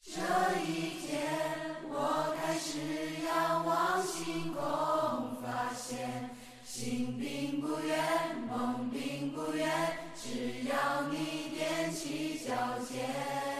这一天，我开始仰望星空，发现心并不远，梦并不远，只要你踮起脚尖。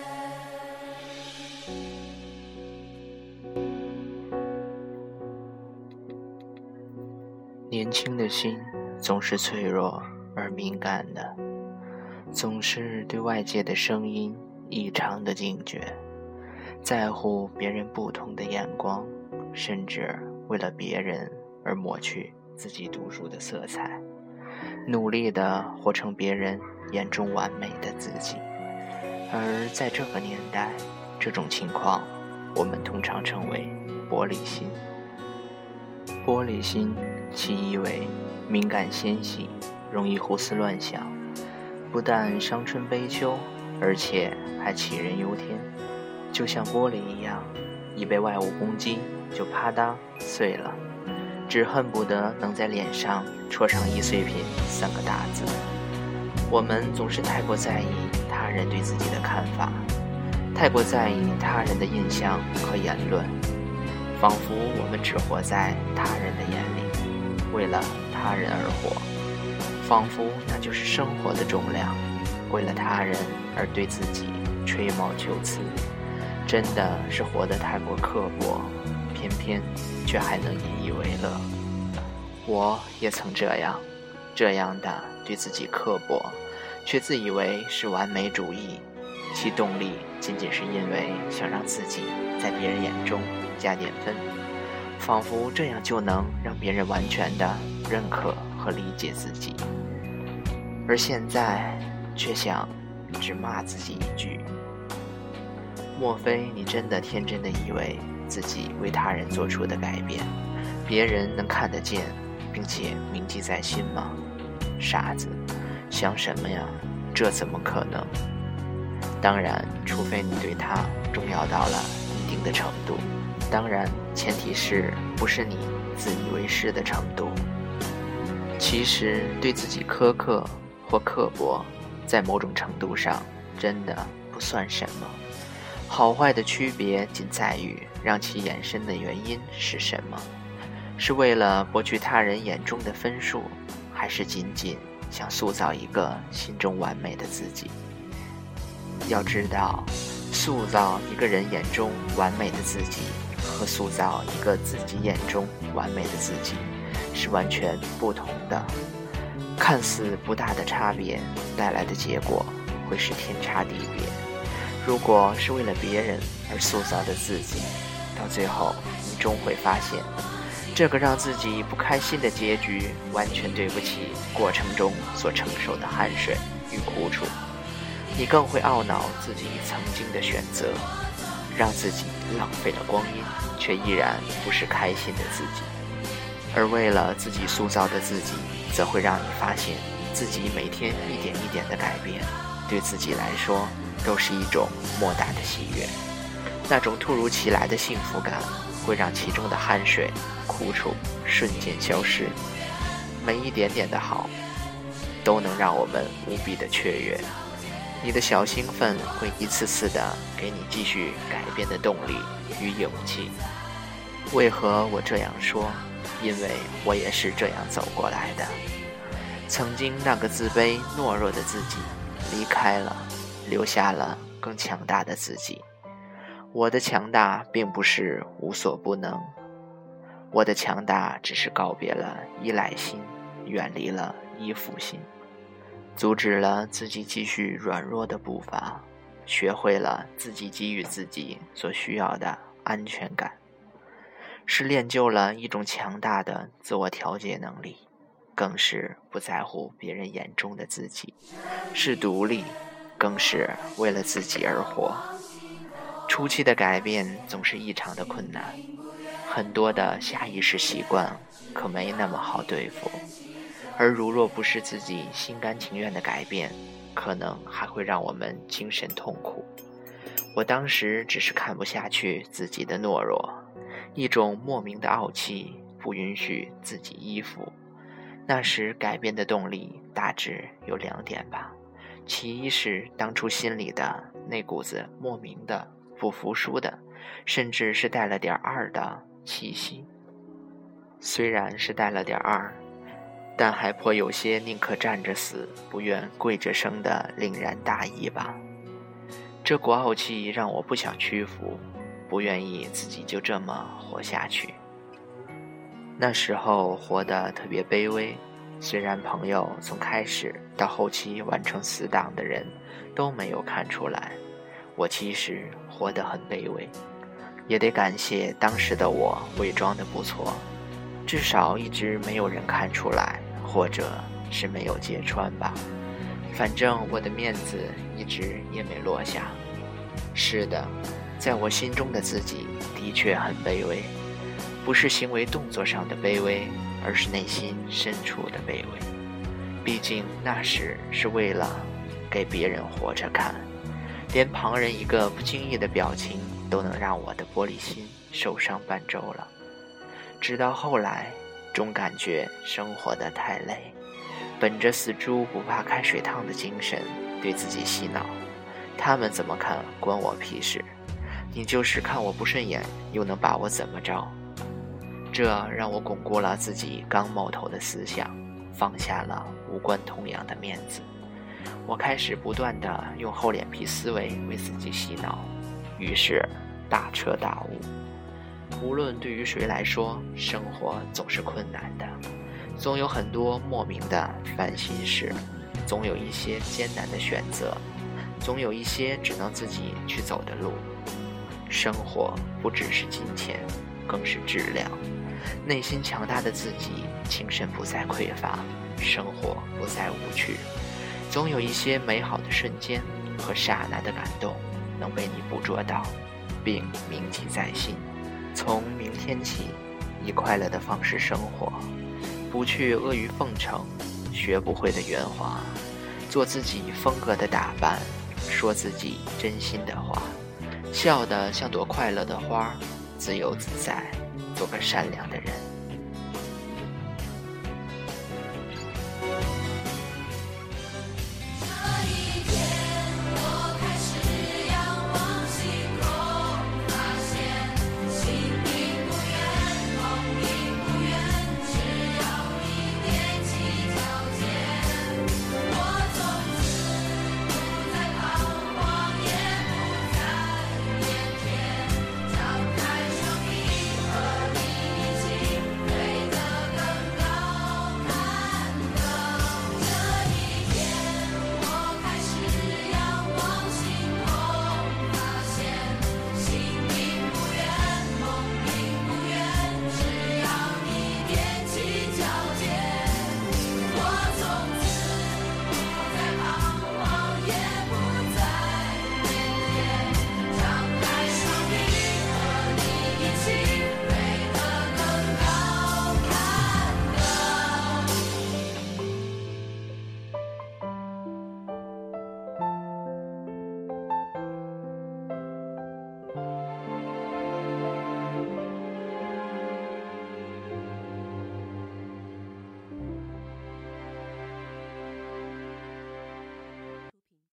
年轻的心总是脆弱而敏感的，总是对外界的声音异常的警觉，在乎别人不同的眼光，甚至为了别人而抹去自己独属的色彩，努力地活成别人眼中完美的自己。而在这个年代，这种情况我们通常称为玻璃心。玻璃心其意为敏感纤细，容易胡思乱想，不但伤春悲秋，而且还杞人忧天，就像玻璃一样，一被外物攻击就啪嗒碎了，只恨不得能在脸上戳上易碎品3个大字。我们总是太过在意他人对自己的看法，太过在意他人的印象和言论，仿佛我们只活在他人的眼里，为了他人而活，仿佛那就是生活的重量，为了他人而对自己吹毛求疵，真的是活得太过刻薄，偏偏却还能引以为乐。我也曾这样的对自己刻薄，却自以为是完美主义，其动力仅仅是因为想让自己在别人眼中加点分，仿佛这样就能让别人完全的认可和理解自己。而现在却想只骂自己一句：莫非你真的天真的以为自己为他人做出的改变，别人能看得见并且铭记在心吗？傻子，想什么呀？这怎么可能？当然，除非你对他重要到了一定的程度，当然前提是不是你自以为是的程度。其实对自己苛刻或刻薄，在某种程度上真的不算什么，好坏的区别仅在于让其衍生的原因是什么，是为了博取他人眼中的分数，还是仅仅想塑造一个心中完美的自己。要知道，塑造一个人眼中完美的自己和塑造一个自己眼中完美的自己是完全不同的，看似不大的差别带来的结果会是天差地别。如果是为了别人而塑造的自己，到最后你终会发现，这个让自己不开心的结局完全对不起过程中所承受的汗水与苦楚。你更会懊恼自己曾经的选择，让自己浪费了光阴，却依然不是开心的自己。而为了自己塑造的自己，则会让你发现自己每天一点一点的改变，对自己来说都是一种莫大的喜悦。那种突如其来的幸福感会让其中的汗水苦楚瞬间消失，每一点点的好都能让我们无比的雀跃。你的小兴奋会一次次的给你继续改变的动力与勇气。为何我这样说？因为我也是这样走过来的。曾经那个自卑懦弱的自己离开了，留下了更强大的自己。我的强大并不是无所不能，我的强大只是告别了依赖心，远离了依附心，阻止了自己继续软弱的步伐，学会了自己给予自己所需要的安全感，是练就了一种强大的自我调节能力，更是不在乎别人眼中的自己，是独立，更是为了自己而活。初期的改变总是异常的困难，很多的下意识习惯可没那么好对付，而如若不是自己心甘情愿的改变，可能还会让我们精神痛苦。我当时只是看不下去自己的懦弱，一种莫名的傲气不允许自己依附。那时改变的动力大致有2点吧，其一是当初心里的那股子莫名的不服输的，甚至是带了点二的气息。虽然是带了点二，但还颇有些宁可站着死，不愿跪着生的凛然大义吧。这股傲气让我不想屈服，不愿意自己就这么活下去。那时候活得特别卑微，虽然朋友从开始到后期完成死党的人都没有看出来，我其实活得很卑微。也得感谢当时的我伪装得不错，至少一直没有人看出来，或者是没有揭穿吧。反正我的面子一直也没落下。是的，在我心中的自己的确很卑微，不是行为动作上的卑微，而是内心深处的卑微。毕竟那时是为了给别人活着看，连旁人一个不经意的表情都能让我的玻璃心受伤半周了。直到后来总感觉生活得太累，本着死猪不怕开水烫的精神对自己洗脑，他们怎么看关我屁事，你就是看我不顺眼又能把我怎么着。这让我巩固了自己刚冒头的思想，放下了无关痛痒的面子。我开始不断地用厚脸皮思维为自己洗脑，于是大彻大悟。无论对于谁来说，生活总是困难的，总有很多莫名的烦心事，总有一些艰难的选择，总有一些只能自己去走的路。生活不只是金钱，更是质量。内心强大的自己，精神不再匮乏，生活不再无趣。总有一些美好的瞬间和刹那的感动能被你捕捉到，并铭记在心。从明天起，以快乐的方式生活，不去阿谀奉承，学不会的圆滑，做自己风格的打扮，说自己真心的话，笑得像朵快乐的花，自由自在，做个善良的人。